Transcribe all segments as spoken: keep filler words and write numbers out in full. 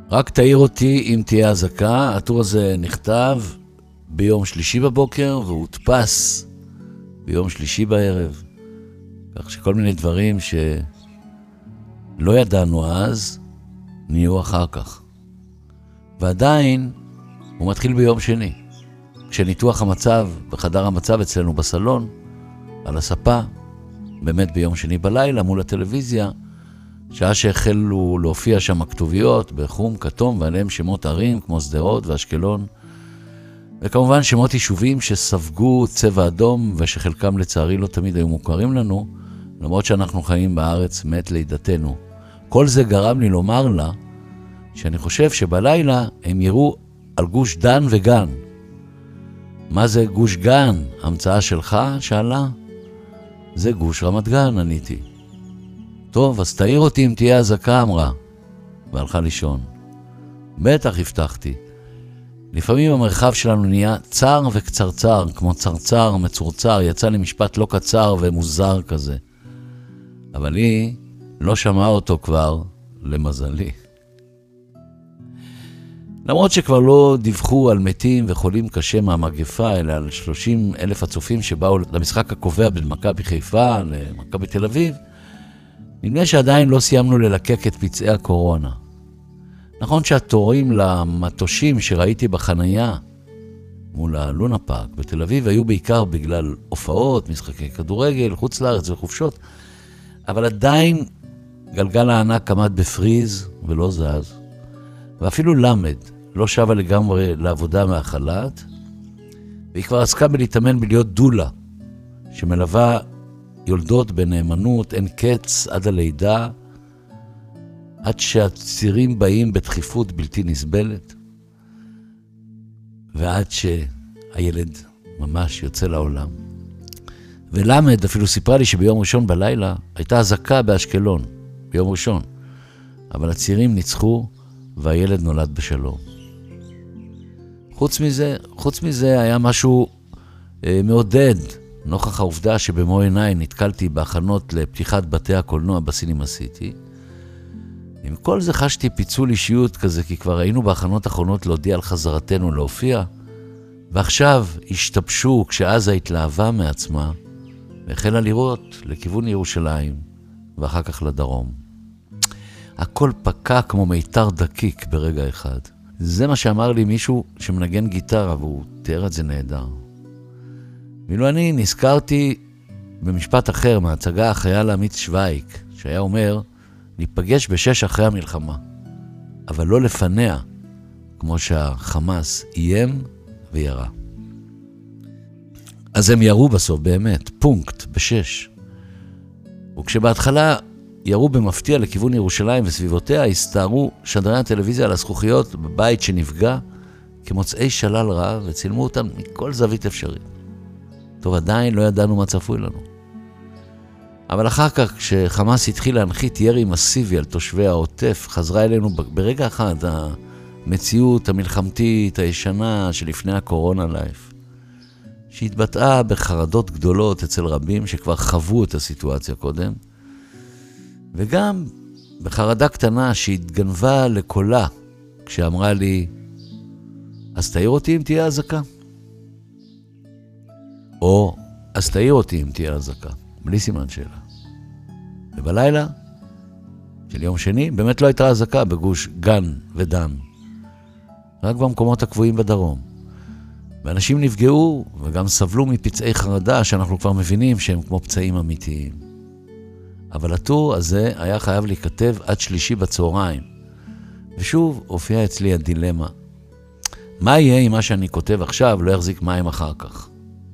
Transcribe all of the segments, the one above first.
רק תעיר אותי אם תהיה אזעקה. הטור הזה נכתב ביום שלישי בבוקר והודפס ביום שלישי בערב. כך שכל מיני דברים שלא ידענו אז נהיו אחר כך. ועדיין הוא מתחיל ביום שני. כשניתוח המצב בחדר המצב אצלנו בסלון, על הספה, באמת ביום שני בלילה מול הטלוויזיה, שעה שהחלו להופיע שם הכתוביות בחום כתום ועליהם שמות ערים כמו שדרות ואשקלון, וכמובן שמות יישובים שספגו צבע אדום ושחלקם לצערי לא תמיד היו מוכרים לנו, למרות שאנחנו חיים בארץ מת לידתנו. כל זה גרם לי לומר לה שאני חושב שבלילה הם יראו על גוש דן וגן. מה זה גוש גן? המצאה שלך? שאלה. זה גוש רמת גן, עניתי. טוב, אז תעיר אותי אם תהיה אזעקה, אמרה, והלכה לישון. בטח הבטחתי. לפעמים המרחב שלנו נהיה צר וקצרצר, כמו צרצר, מצורצר, יצא לי משפט לא קצר ומוזר כזה. אבל היא לא שמעה אותו כבר, למזלי. למרות שכבר לא דיווחו על מתים וחולים קשה מהמגפה, אלא על שלושים אלף הצופים שבאו למשחק הקובע בין מכבי חיפה למכבי תל אביב, נדמה שעדיין לא סיימנו ללקק את פצעי הקורונה. נכון שהתורים למטושים שראיתי בחנייה מול הלונה פארק בתל אביב היו בעיקר בגלל הופעות, משחקי כדורגל, חוץ לארץ וחופשות, אבל עדיין גלגל הענק עמד בפריז ולא זז, ואפילו למד לא שווה לגמרי לעבודה מהחל"ת, והיא כבר עסקה בלהתאמן בלהיות דולה, שמלווה יולדות בנאמנות, אין קץ עד הלידה, עד שהצירים באים בדחיפות בלתי נסבלת, ועד שהילד ממש יוצא לעולם. ולמד אפילו סיפרה לי שביום ראשון בלילה הייתה אזעקה באשקלון, ביום ראשון, אבל הצירים ניצחו והילד נולד בשלום. חוץ מזה, חוץ מזה היה משהו אה, מעודד, נוכח העובדה שבמו עיניי נתקלתי בהכנות לפתיחת בתי הקולנוע בסינמה סיטי. עם כל זה חשתי פיצול אישיות כזה, כי כבר היינו בהכנות האחרונות להודיע על חזרתנו להופיע, ועכשיו השתבשו כשעזה התלהבה מעצמה, והחלה לראות לכיוון ירושלים, ואחר כך לדרום. הכל פקע כמו מיתר דקיק ברגע אחד. זה מה שאמר לי מישהו שמנגן גיטרה, והוא תיאר את זה נהדר. ואילו אני נזכרתי במשפט אחר מההצגה החייל עמית שווייק, שהיה אומר, ניפגש בשש אחרי המלחמה, אבל לא לפניה, כמו שהחמאס איים וירה. אז הם ירו בסוף באמת, פונקט, בשש. וכשבהתחלה ירו במפתיע לכיוון ירושלים וסביבותיה, הסתערו שדרי הטלוויזיה על הזכוכיות בבית שנפגע כמוצאי שלל רע, וצילמו אותם מכל זווית אפשרית. טוב, עדיין לא ידענו מה צפוי לנו. אבל אחר כך, כשחמאס התחיל להנחית ירי מסיבי על תושבי העוטף, חזרה אלינו ברגע אחד המציאות המלחמתית הישנה שלפני הקורונה לייף, שהתבטאה בחרדות גדולות אצל רבים שכבר חוו את הסיטואציה קודם, וגם בחרדה קטנה שהתגנבה לקולה כשאמרה לי, אז תעיר אותי אם תהיה אזעקה. או, אז תעיר אותי אם תהיה אזעקה. בלי סימן שאלה. ובלילה של יום שני באמת לא הייתה אזעקה בגוש גן ודן. רק במקומות הקבועים בדרום. ואנשים נפגעו וגם סבלו מפצעי חרדה שאנחנו כבר מבינים שהם כמו פצעים אמיתיים. אבל הטור הזה היה חייב להיכתב עד שלישי בצהריים. ושוב הופיעה אצלי הדילמה. מה יהיה אם מה שאני כותב עכשיו לא יחזיק מים אחר כך?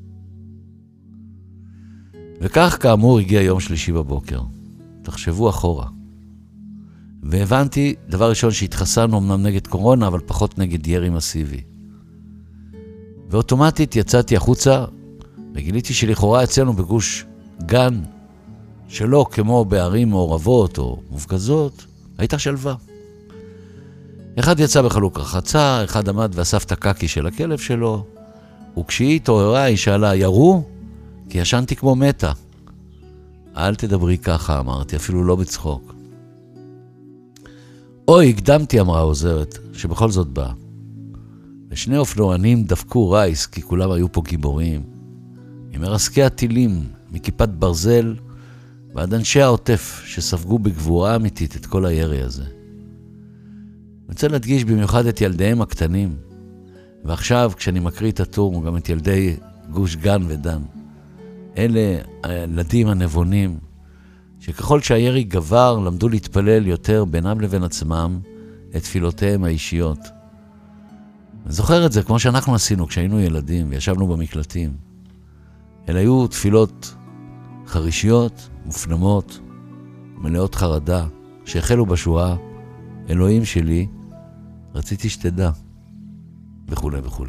וכך כאמור הגיע יום שלישי בבוקר. תחשבו אחורה. והבנתי, דבר ראשון, שהתחסנו אמנם נגד קורונה, אבל פחות נגד ירי מסיבי. ואוטומטית יצאתי החוצה, וגיליתי שלכאורה אצלנו בגוש גן, שלא כמו בערים מעורבות או מופגזות, הייתה שלווה. אחד יצא בחלוק רחצה, אחד עמד ואסף את הקקי של הכלב שלו, וכשהיא התעוררה היא שאלה, ירו? כי ישנתי כמו מתה. אל תדברי ככה, אמרתי, אפילו לא בצחוק. אוי, הקדמתי, אמרה העוזרת, שבכל זאת באה. ושני אופנוענים דפקו רייס, כי כולם היו פה גיבורים. ממרסקי הטילים, מכיפת ברזל, ועד אנשי העוטף, שספגו בגבורה אמיתית את כל הירי הזה. אני רוצה להדגיש במיוחד את ילדיהם הקטנים, ועכשיו, כשאני מקריא את הטור, גם את ילדי גוש גן ודן. אלה הילדים הנבונים, שככל שהירי גבר, למדו להתפלל יותר בינם לבין עצמם את תפילותיהם האישיות. אני זוכר את זה כמו שאנחנו עשינו כשהיינו ילדים וישבנו במקלטים. אלה היו תפילות חרישיות, מופנמות, מלאות חרדה, שהחלו בשואה, אלוהים שלי, רציתי שתדע, וכו' וכו'.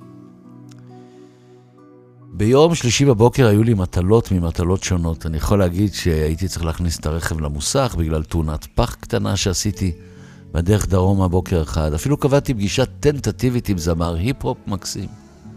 ביום שלישי בבוקר היו לי מטלות ממטלות שונות. אני יכול להגיד שהייתי צריך להכניס את הרכב למוסך בגלל תאונת פח קטנה שעשיתי בדרך דרום הבוקר אחד. אפילו קבעתי פגישה טנטטיבית עם זמר היפ-הופ מקסים.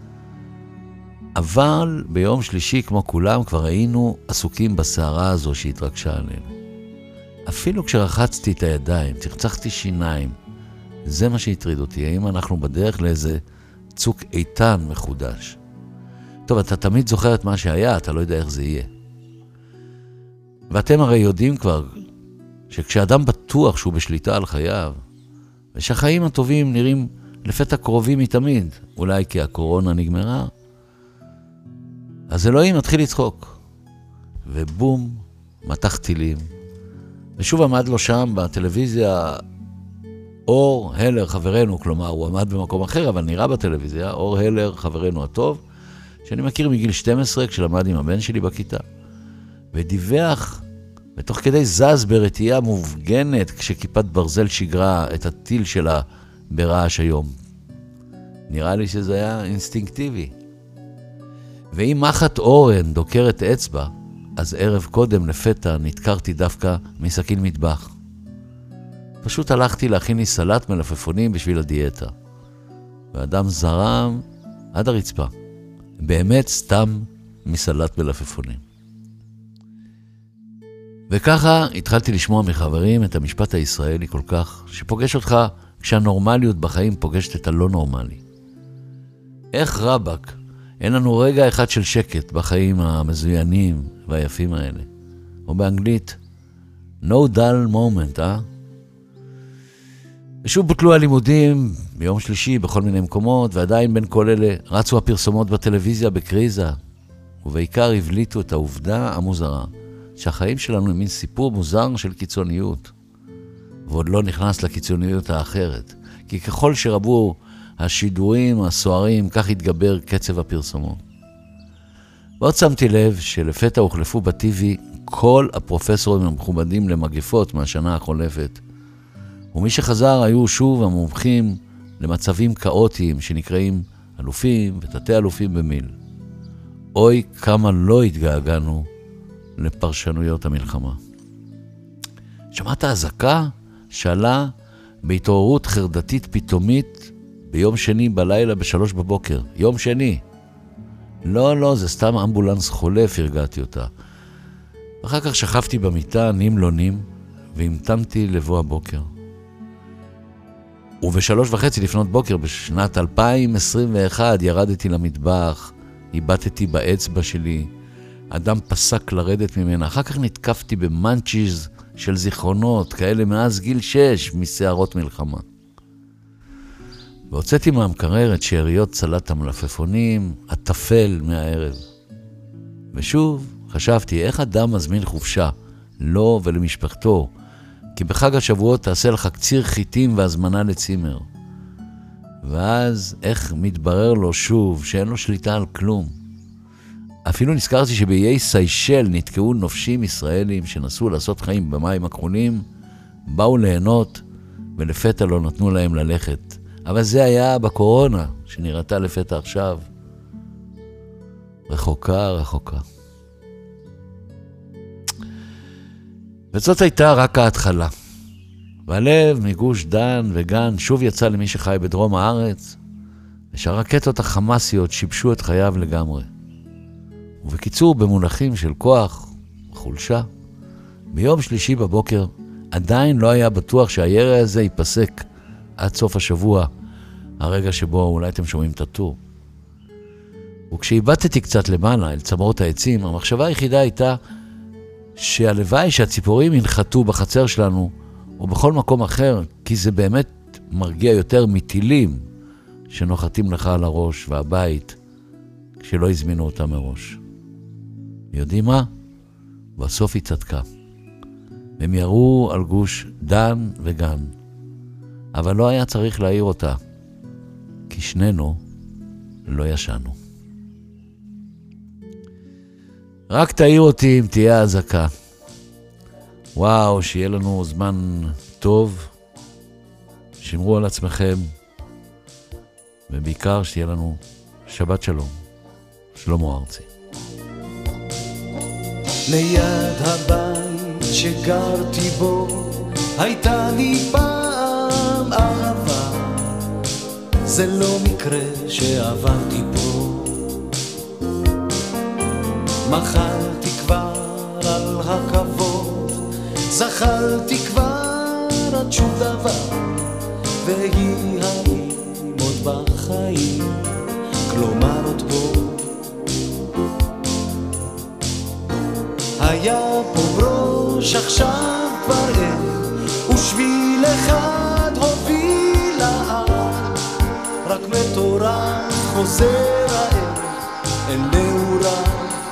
אבל ביום שלישי, כמו כולם, כבר היינו עסוקים בסערה הזו שהתרגשה עלינו. אפילו כשרחצתי את הידיים, תרצחתי שיניים, זה מה שהטריד אותי. האם אנחנו בדרך לאיזה צוק איתן מחודש? טוב, אתה תמיד זוכר את מה שהיה, אתה לא יודע איך זה יהיה. ואתם הרי יודעים כבר שכשאדם בטוח שהוא בשליטה על חייו, ושהחיים הטובים נראים לפתע קרובים מתמיד, אולי כי הקורונה נגמרה, אז אלוהים מתחיל לצחוק. ובום, מתח טילים. ושוב עמד לו שם בטלוויזיה אור הלר חברנו, כלומר הוא עמד במקום אחר, אבל נראה בטלוויזיה, אור הלר חברנו הטוב, שאני מכיר מגיל שתים עשרה כשלמד עם הבן שלי בכיתה, ודיווח, ותוך כדי זז ברתיעה מופגנת כשכיפת ברזל שגרה את הטיל שלה ברעש היום. נראה לי שזה היה אינסטינקטיבי. ואם מחט אורן דוקרת אצבע, אז ערב קודם לפתע נתקרתי דווקא מסכין מטבח. פשוט הלכתי להכין לי סלט מלפפונים בשביל הדיאטה. ואדם זרם עד הרצפה. באמת סתם מסלט מלפפונים. וככה התחלתי לשמוע מחברים את המשפט הישראלי כל כך, שפוגש אותך כשהנורמליות בחיים פוגשת את הלא נורמלי. איך רבק, אין לנו רגע אחד של שקט בחיים המזוינים והיפים האלה. או באנגלית, no dull moment, אה? ושוב בוטלו הלימודים ביום שלישי בכל מיני מקומות, ועדיין בין כל אלה רצו הפרסומות בטלוויזיה בקריזה, ובעיקר הבליטו את העובדה המוזרה, שהחיים שלנו הם מין סיפור מוזר של קיצוניות, ועוד לא נכנס לקיצוניות האחרת, כי ככל שרבו השידורים הסוערים, כך התגבר קצב הפרסומות. ועוד שמתי לב שלפתע הוחלפו בטיבי כל הפרופסורים המכובדים למגפות מהשנה החולפת, ומי שחזר היו שוב המומחים למצבים כאוטיים שנקראים אלופים ותתי אלופים במיל. אוי כמה לא התגעגענו לפרשנויות המלחמה. שמעת הזעקה? שאלה בהתעוררות חרדתית פתאומית ביום שני בלילה בשלוש בבוקר. יום שני. לא, לא, זה סתם אמבולנס חולף, הרגעתי אותה. ואחר כך שכבתי במיטה, נים לא נים, והמתנתי לבוא הבוקר. ובשלוש וחצי לפנות בוקר, בשנת אלפיים עשרים ואחת, ירדתי למטבח, איבדתי באצבע שלי, אדם פסק לרדת ממנה, אחר כך נתקפתי במנצ'יז של זיכרונות, כאלה מאז גיל שש, מסערות מלחמה. והוצאתי מהמקרר את שאריות צלת המלפפונים, התפל מהערב. ושוב חשבתי, איך אדם מזמין חופשה, לו ולמשפחתו, כי בחג השבועות תעשה לך קציר חיטים והזמנה לצימר. ואז איך מתברר לו שוב שאין לו שליטה על כלום. אפילו נזכרתי שבאיי סיישל נתקעו נופשים ישראלים שנסו לעשות חיים במים הכחולים, באו ליהנות ולפתע לא נתנו להם ללכת. אבל זה היה בקורונה שנראתה לפתע עכשיו. רחוקה, רחוקה. וזאת הייתה רק ההתחלה. והלב מגוש דן וגן שוב יצא למי שחי בדרום הארץ, ושהרקטות החמאסיות שיבשו את חייו לגמרי. ובקיצור, במונחים של כוח וחולשה, ביום שלישי בבוקר עדיין לא היה בטוח שהירי הזה ייפסק עד סוף השבוע, הרגע שבו אולי אתם שומעים את הטור. וכשהיבטתי קצת למעלה, אל צמרות העצים, המחשבה היחידה הייתה שהלוואי שהציפורים ינחתו בחצר שלנו, או בכל מקום אחר, כי זה באמת מרגיע יותר מטילים שנוחתים לך על הראש והבית, כשלא הזמינו אותם מראש. יודעים מה? בסוף היא צדקה. הם ירו על גוש דן וגן, אבל לא היה צריך להעיר אותה, כי שנינו לא ישנו. רק תעיר אותי אם תהיה הזקה. וואו, שיהיה לנו זמן טוב, שמרו על עצמכם, ובעיקר שתהיה לנו שבת שלום. שלמה ארצי. ליד הבית שגרתי בו הייתה לי פעם אהבה, זה לא מקרה שעברתי פה. מחלתי כבר על הכבוד, זחלתי כבר עד שום דבר, והיא האם עוד בחיים, כלומר עוד פה. היה פה בראש עכשיו כבר אין, ושביל אחד הוביל לאן, רק מטורף חוזר האל אל נעורה.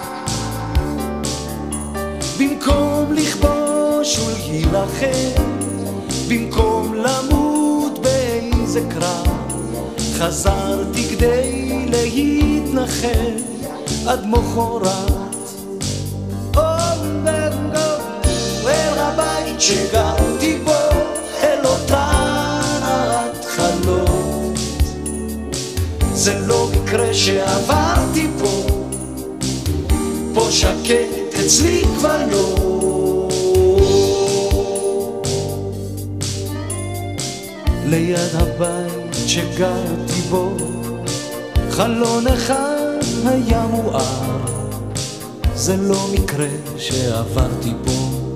במקום לכבוש ולהילחם, במקום למות באיזה קרב, חזרתי כדי להתנחם עד מחרת. אל הבית שגרתי בו, אל אותן ההתחלות, זה לא מקרה שעברתי פה, פה שקט אצלי כבר לא. ליד הבית שגרתי בו, חלון אחד היה מואר, זה לא מקרה שעברתי פה.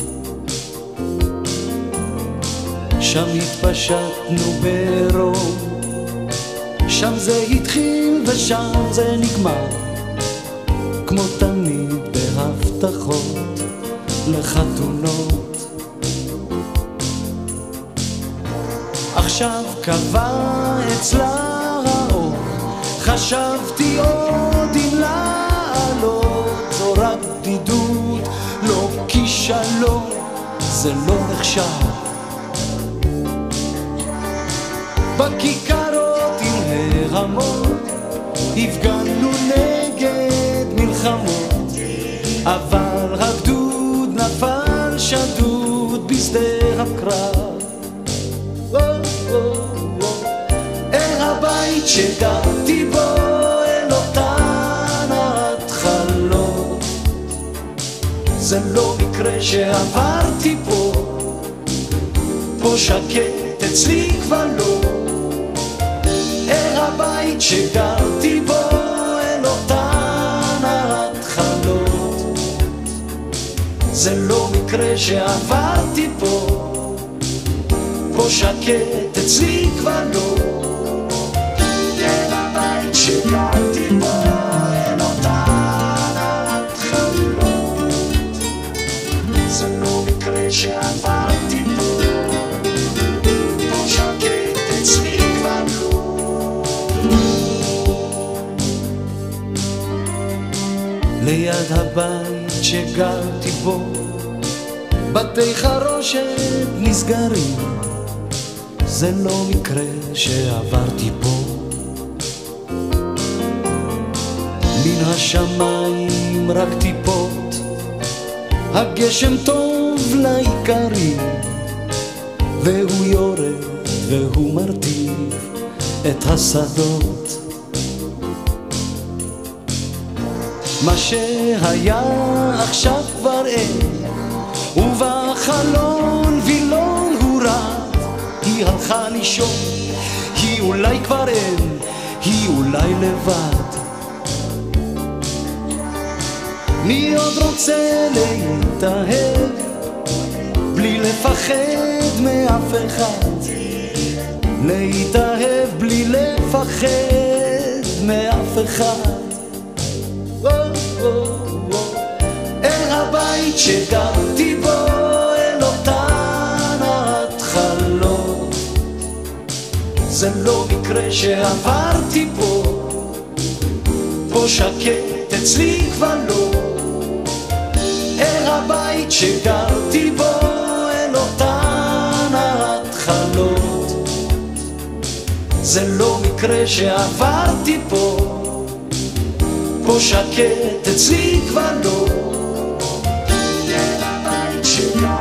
שם התפשטנו ברוב, שם זה התחיל ושם זה נגמר, כמו תמיד בהבטחות לחתונות. עכשיו קבע אצלה האור, חשבתי עוד אם לעלות, זו רק בדידות, לא כישלון, זה לא נחשב. בכיכרות עם הרמות הפגנו נגד מלחמות, אבל הגדוד נפל שדוד בשדה הקרב. אל הבית שגרתי בו, אל אותן ההתחלות, זה לא מקרה שעברתי פה, פה שקט אצלי כבר לא. אל הבית שגרתי בו, אל אותן ההתחלות, זה לא מקרה שעברתי פה, פה שקט אצלי כבר לא. אל הבית שגרתי בו, אל אותן ההתחלות, זה לא מקרה שעברתי פה, פה שקט אצלי כבר לא. ליד הבית שגרתי בו, בתי חרושת נסגרים, זה לא מקרה שעברתי פה. מן השמיים רק טיפות, הגשם טוב לעיקרים, והוא יורד והוא מרטיב את השדות. מה שהיה עכשיו כבר אין, ובחלון וילון הוא רד, היא הלכה לישון, היא אולי כבר אין, היא אולי לבד. מי עוד רוצה להתאהב בלי לפחד לפחד מאף אחד, להתאהב בלי לפחד מאף אחד. אל הבית שגרתי בו, אל אותן ההתחלות, זה לא מקרה שעברתי פה, פה שקט אצלי כבר לא. אל הבית שגרתי בו, אל אותן ההתחלות, זה לא מקרה שעברתי פה, פה שקט אצלי כבר לא. אל הבית שגרתי